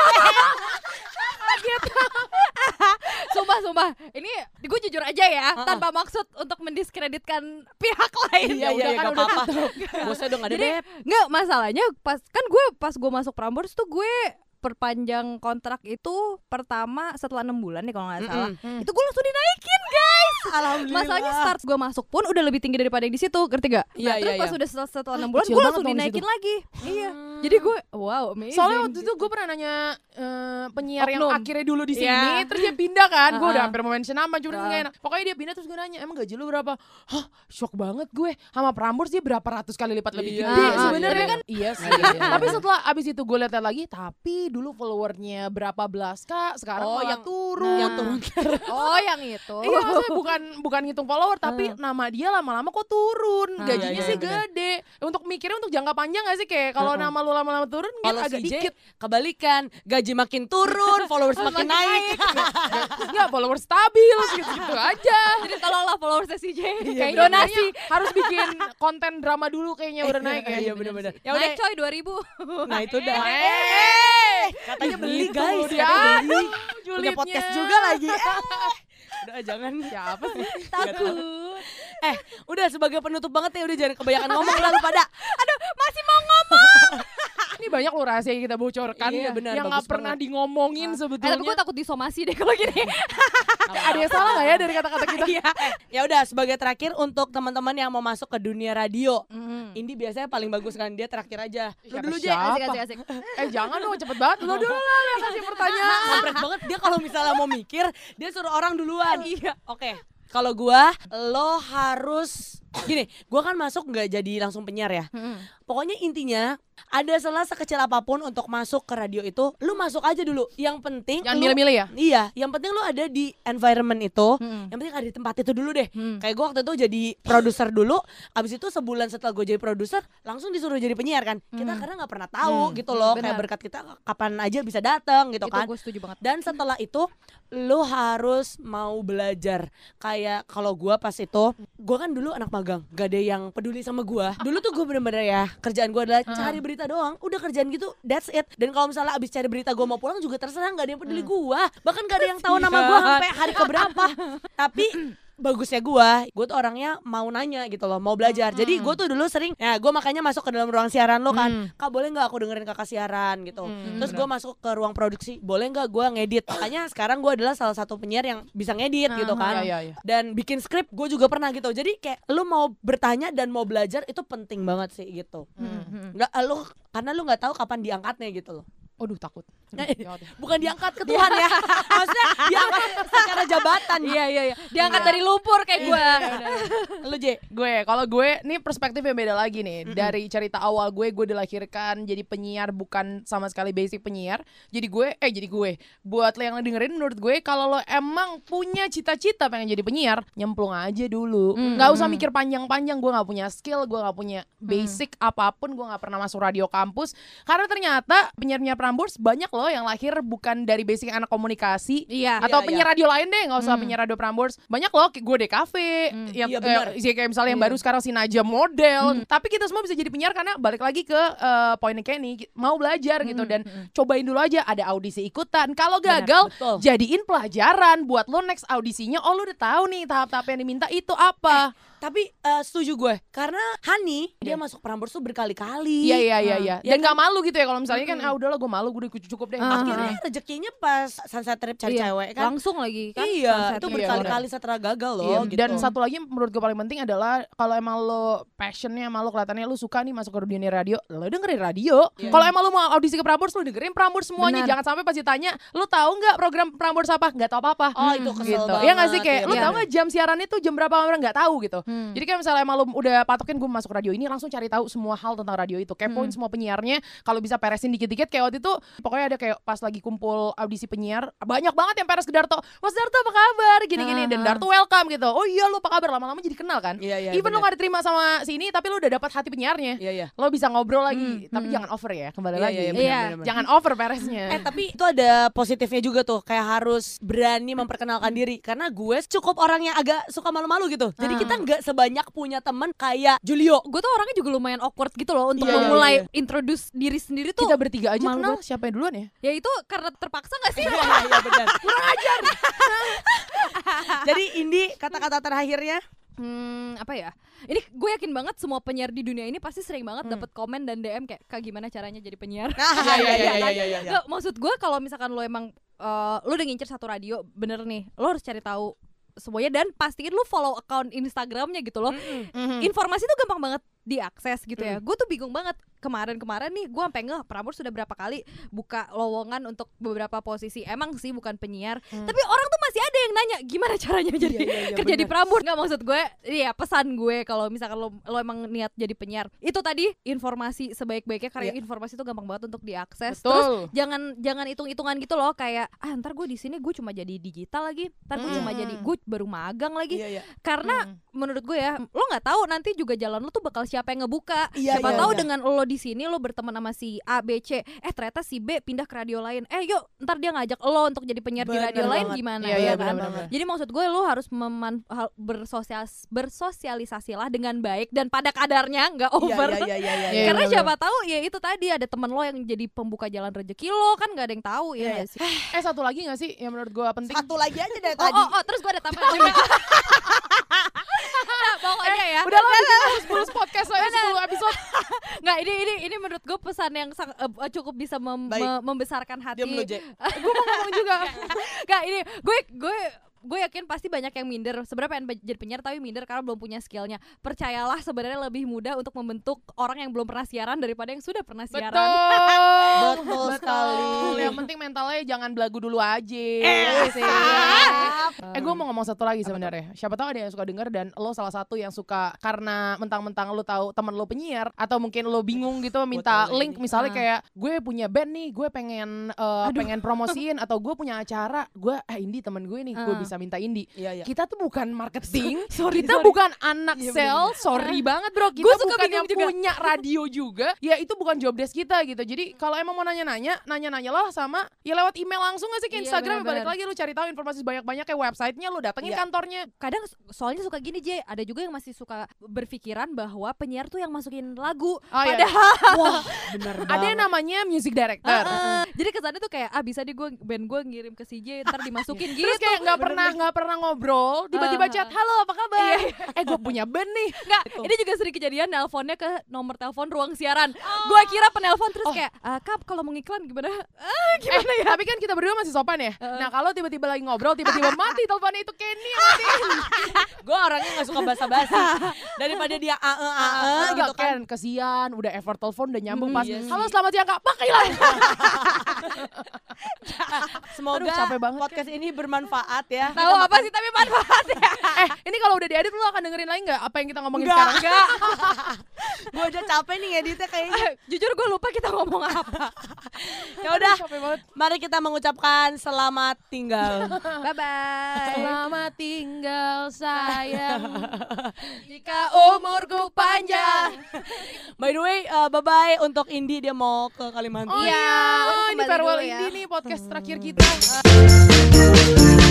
Sumpah sumpah. Ini gue jujur aja ya, Uh-uh. tanpa maksud untuk mendiskreditkan pihak lain. Iya, Ya iya, udah iya, kan gak udah apa-apa. tutup. Bosnya dong ada Jadi, Beb. Nggak, masalahnya pas kan gue pas gue masuk Prambors tuh gue perpanjang kontrak itu pertama setelah enam bulan nih kalau nggak salah. Mm-mm. Itu gue langsung dinaikin guys. Alhamdulillah. Masalahnya start gue masuk pun udah lebih tinggi daripada yang di situ, ngerti gak? Iya, Nah, terus iya, pas iya. udah setelah, setelah enam bulan kecil gue banget langsung dong di dinaikin situ. lagi. Iya. Jadi gue wow amazing. Soalnya waktu itu gue pernah nanya eh, penyiar yang Oknum. akhirnya dulu di sini, Iya. terus dia pindah kan, gue udah Uh-uh. hampir mau mention nama, cuma Uh-uh. nggak enak. Pokoknya dia pindah terus gue nanya, emang gaji lu berapa? Hah, shock banget gue. Sama Prambors dia berapa ratus kali lipat lebih Iya, gede iya, sebenarnya iya. kan. Iya sih. Iya, iya, Tapi iya. setelah abis itu gue lihat lagi, tapi dulu followernya berapa belas kak, sekarang Oh, malah yang- turun. yang turun. Oh yang itu. Iya maksudnya bukan bukan bukan ngitung follower, tapi Uh. nama dia lama-lama kok turun. Ah, Gajinya iya, sih iya, benar. gede. Untuk mikirnya untuk jangka panjang gak sih kayak kalau Uh-uh. nama lu lama-lama turun kan Kalau agak si J dikit. kebalikan, gaji makin turun, followers makin naik. Ya follower stabil gitu-gitu aja. Jadi tolonglah followersnya si J. Kayak donasi. donasi harus bikin konten drama dulu kayaknya udah naik ya. Iya benar-benar. Ya udah, Naik coy dua ribu. nah itu dah. Eh, Katanya beli Gitu, guys, dia. katanya beli. Punya julidnya. podcast juga lagi. Eh. Udah jangan. Siapa sih? Takut. Eh, udah sebagai penutup banget ya, udah jangan kebanyakan ngomong lalu pada. Aduh, masih mau ngomong. Ini banyak loh rahasia yang kita bocorkan Iya, benar, yang bagus nggak pernah banget. ngomongin Eh, sebetulnya. tapi gue takut disomasi deh kalau gini. Ada yang salah nggak ya dari kata-kata kita? Iya. Ya udah, sebagai terakhir untuk teman-teman yang mau masuk ke dunia radio. Mm. Indi biasanya paling bagus kan, dia terakhir aja. Lu Siapa dulu siapa? aja. Asik, asik, asik. Eh jangan dong cepet banget. Lo dulu lah yang kasih pertanyaan. Kampret banget dia kalau misalnya mau mikir, dia suruh orang duluan. Iya. Oke. Kalau gua, lo harus gini, gua kan masuk nggak jadi langsung penyiar ya. Mm. Pokoknya intinya ada salah sekecil apapun untuk masuk ke radio itu, lu masuk aja dulu. Yang penting Jangan lu- milih-milih ya? Iya, yang penting lu ada di environment itu. Mm. Yang penting ada di tempat itu dulu deh. Hmm. Kayak gua waktu itu jadi produser dulu, abis itu sebulan setelah gue jadi produser langsung disuruh jadi penyiar kan. Kita Hmm. karena nggak pernah tahu Hmm. gitu loh, Benar. kayak berkat kita kapan aja bisa datang gitu Itu kan. gue setuju banget. Dan setelah itu lu harus mau belajar. Kayak kalau gua pas itu, gua kan dulu anak magang, gak ada yang peduli sama gua. Dulu tuh gue bener-bener ya, kerjaan gua adalah cari berita doang. Udah kerjaan gitu, that's it. Dan kalau misalnya abis cari berita gua mau pulang juga terserah, gak ada yang peduli gua. Bahkan gak ada yang tahu nama gua sampai hari keberapa. Tapi bagusnya gua, gua tuh orangnya mau nanya gitu loh, mau belajar. Jadi gua tuh dulu sering, ya gua makanya masuk ke dalam ruang siaran lo kan. Hmm. Kak boleh nggak aku dengerin kakak siaran gitu. Hmm, Terus gua masuk ke ruang produksi, boleh nggak gua ngedit. Makanya sekarang gua adalah salah satu penyiar yang bisa ngedit gitu kan. Iya, iya, iya. Dan bikin skrip gue juga pernah gitu. Jadi kayak lu mau bertanya dan mau belajar itu penting banget sih gitu. Hmm. Nggak lu karena lu nggak tahu kapan diangkatnya gitu loh. Aduh takut. Eh, Ya udah. Bukan diangkat ke Tuhan ya. Maksudnya diangkat secara jabatan. Iya, iya, iya. Diangkat dari lumpur kayak gue. Lu J. Gue, kalau gue nih perspektifnya beda lagi nih. Dari cerita awal gue, gue dilahirkan jadi penyiar bukan sama sekali basic penyiar. Jadi gue, eh jadi gue, buat lo yang dengerin, menurut gue kalau lo emang punya cita-cita pengen jadi penyiar, nyemplung aja dulu. Mm, Nggak usah mm. mikir panjang-panjang. Gue nggak punya skill, gue nggak punya basic apapun. Gue nggak pernah masuk radio kampus. Karena ternyata penyiar-penyiar Prambors banyak loh yang lahir bukan dari basic anak komunikasi. Iya. Atau Iya, penyiar radio lain deh, nggak usah Hmm. penyiar radio Prambors. Banyak loh, kayak gue D K V, Hmm. yang Iya, benar. eh, kayak misalnya yang Iya. baru sekarang si Najwa model. Hmm. Tapi kita semua bisa jadi penyiar karena balik lagi ke eh, poinnya Kenny, mau belajar gitu Hmm, dan hmm. cobain dulu aja. Ada audisi ikutan. Kalau Benar, gagal, betul. jadiin pelajaran buat lo next audisinya. Oh lu udah tahu nih tahap-tahap yang diminta itu apa? Tapi eh, setuju gue karena Hani dia Iya. masuk Prambors tuh berkali-kali. Iya iya iya iya. Ya Dan nggak malu gitu ya kalau misalnya kan Mm-mm. ah udahlah gue malu, gue udah cukup deh. Ah, Akhirnya rezekinya pas Sunset Trip cari Iya. cewek kan. Langsung lagi kan. Iya, sunset. itu Iya, berkali-kali setelah gagal loh Iya, gitu. Dan satu lagi menurut gue paling penting adalah kalau emang lo passionnya, emang lo kelihatannya lo suka nih masuk ke dunia radio, lo dengerin radio. Iya. Kalau emang lo mau audisi ke Prambors, lo dengerin Prambors semuanya. Benar. Jangan sampai pas ditanya, lo tahu nggak program Prambors apa? Nggak tahu apa-apa. Oh, itu kesel gitu. banget. Iya nggak sih kayak lo Iya. tahu nggak jam siarannya tuh jam berapa, orang nggak tahu gitu. Hmm. Jadi kayak misalnya emang lo udah patokin gue masuk radio ini, langsung cari tahu semua hal tentang radio itu. Kepoin Hmm. semua penyiarnya. Kalau bisa peresin dikit-dikit kayak waktu itu. Pokoknya ada kayak pas lagi kumpul audisi penyiar, banyak banget yang peres ke Darto. Mas Darto apa kabar? Gini-gini. Dan Ah. Darto welcome gitu. Oh iya lo apa kabar? Lama-lama jadi kenal kan. Iya, iya. Even lo benar. gak diterima sama si ini, tapi lo udah dapat hati penyiarnya. Iya, iya. Lo bisa ngobrol lagi. Hmm, Tapi hmm. jangan over ya. Kembali Iya, lagi. iya, Iya. benar, benar. Jangan over peresnya. Eh tapi itu ada positifnya juga tuh, kayak harus berani memperkenalkan diri. Karena gue cukup orang yang agak suka malu-malu gitu. Jadi Ah. kita nggak sebanyak punya teman kayak Julio. Gue tuh orangnya juga lumayan awkward gitu loh untuk Iya, iya, memulai iya. introduce diri sendiri tuh. Kita bertiga aja malu kenal banget. siapa yang duluan ya? Ya itu karena terpaksa gak sih? Iya, iya benar. Kurang ajar. Jadi Indi, kata-kata terakhirnya. Hmm, apa ya? Ini gue yakin banget semua penyiar di dunia ini pasti sering banget Hmm. dapet komen dan D M kayak, Kak gimana caranya jadi penyiar? Nah, Iya, iya, iya, kan? iya, iya. Nggak, maksud gue kalau misalkan lo emang eh, lo udah ngincer satu radio, bener nih, lo harus cari tahu semuanya dan pastiin lo follow account Instagramnya gitu loh. Mm-mm. Mhm. Informasi tuh gampang banget diakses gitu ya. Gue tuh bingung banget. Kemarin-kemarin nih gue sampai ngeh Prambors sudah berapa kali buka lowongan untuk beberapa posisi. Emang sih bukan penyiar, hmm. tapi orang tuh masih ada yang nanya gimana caranya jadi iya, iya, iya, kerja bener. di Prambors. Nggak, maksud gue, iya pesan gue kalau misalkan lo, lo emang niat jadi penyiar, itu tadi informasi sebaik-baiknya karena iya. informasi itu gampang banget untuk diakses. Betul. Terus jangan jangan hitung-hitungan gitu loh, kayak ah ntar gue di sini gue cuma jadi digital lagi, ntar gue Hmm. cuma jadi gue baru magang lagi. Iya, iya. Karena Hmm. menurut gue ya, lo nggak tahu nanti juga jalan lo tuh bakal siapa yang ngebuka. Iya, Siapa iya, tahu iya. dengan lo di sini lo berteman sama si A, B, C, eh ternyata si B pindah ke radio lain. Eh yuk, ntar dia ngajak lo untuk jadi penyiar di Bener radio lain banget. gimana? Iya, ya iya, kan? bener-bener. Jadi maksud gue lo harus meman- hal- bersosialis bersosialisasilah dengan baik dan pada kadarnya, nggak over. Iya, iya, iya, iya, Iya, iya. Karena bener-bener. siapa tahu ya itu tadi ada temen lo yang jadi pembuka jalan rezeki lo, kan nggak ada yang tahu ya Iya, nggak sih? Eh satu lagi gak sih yang menurut gue penting? Satu lagi aja dari Oh, tadi. oh, oh, terus gue ada tambahan juga. Nah, pokoknya ya. Udah lo bikin sepuluh podcast aja sepuluh episode. Nggak, ini ini ini menurut gue pesan yang sang, uh, cukup bisa mem- Baik. me- membesarkan hati. Diam lu, J. Gue mau ngomong juga. Nggak, ini gue gue gue yakin pasti banyak yang minder. Sebenarnya pengen jadi penyiar tapi minder karena belum punya skillnya. Percayalah, sebenarnya lebih mudah untuk membentuk orang yang belum pernah siaran daripada yang sudah pernah siaran. Betul. Betul sekali. Yang penting mentalnya jangan belagu dulu aja. Eh, Sih. Eh gue mau ngomong satu lagi sebenarnya. Siapa tahu ada yang suka denger dan lo salah satu yang suka karena mentang-mentang lo tahu teman lo penyiar atau mungkin lo bingung gitu minta tahu link ini. misalnya Ah. kayak gue punya band nih, gue pengen uh, pengen promosiin atau gue punya acara, gue eh Indi temen gue nih, gue Ah. bisa minta Indi. Iya, iya. Kita tuh bukan marketing, Sorry, kita sorry. bukan anak Iya, sales, sorry banget bro. Kita Gua suka bukan bingung yang juga. punya radio juga. Ya itu bukan job desk kita gitu. Jadi kalau emang mau nanya-nanya, nanya-nanya lah sama ya lewat email langsung gak sih ke Iya, Instagram. bener-bener. Balik lagi lu cari tahu informasi banyak-banyak kayak websitenya, lu datengin Iya. kantornya. Kadang soalnya suka gini, J, ada juga yang masih suka berpikiran bahwa penyiar tuh yang masukin lagu. Oh, iya. Padahal Wah, benar banget. Ada yang namanya music director. Uh, jadi kesannya tuh kayak ah bisa deh gue band gue ngirim ke si J, ntar dimasukin gitu. Terus kayak nggak pernah nggak pernah ngobrol, tiba-tiba Ah. chat, halo apa kabar? Eh gue punya band nih. Enggak, ini juga sering kejadian nelponnya ke nomor telepon ruang siaran. Gue kira penelpon terus kayak, "Ah, Kap, kalau mau ngiklan gimana?" Ah, gimana Eh, ya? tapi kan kita berdua masih sopan ya. Uh. Nah kalau tiba-tiba lagi ngobrol, tiba-tiba mati teleponnya itu Kenny mati. Gue orangnya gak suka basa-basi. Daripada dia ae ae Enggak gitu kan. kan, kesian, udah effort telepon udah nyambung Hmm, pas. iya sih. Halo selamat siang Kak, pakai lah. Semoga Aduh, capek banget podcast ini bermanfaat ya. Tahu apa sih tapi manfaatnya? Eh, ini kalau udah diedit lu akan dengerin lagi nggak apa yang kita ngomongin Nggak. sekarang? Enggak. Gue aja capek nih ngeditnya kayaknya. Jujur gue lupa kita ngomong apa. Ya udah, Capek banget. mari kita mengucapkan selamat tinggal. Bye bye. Selamat tinggal sayang. Jika umurku panjang. By the way, uh, bye-bye untuk Indi, dia mau ke Kalimantan. Oh Iya, iya, aku ini kembali farewell dulu ya. ini nih podcast terakhir kita.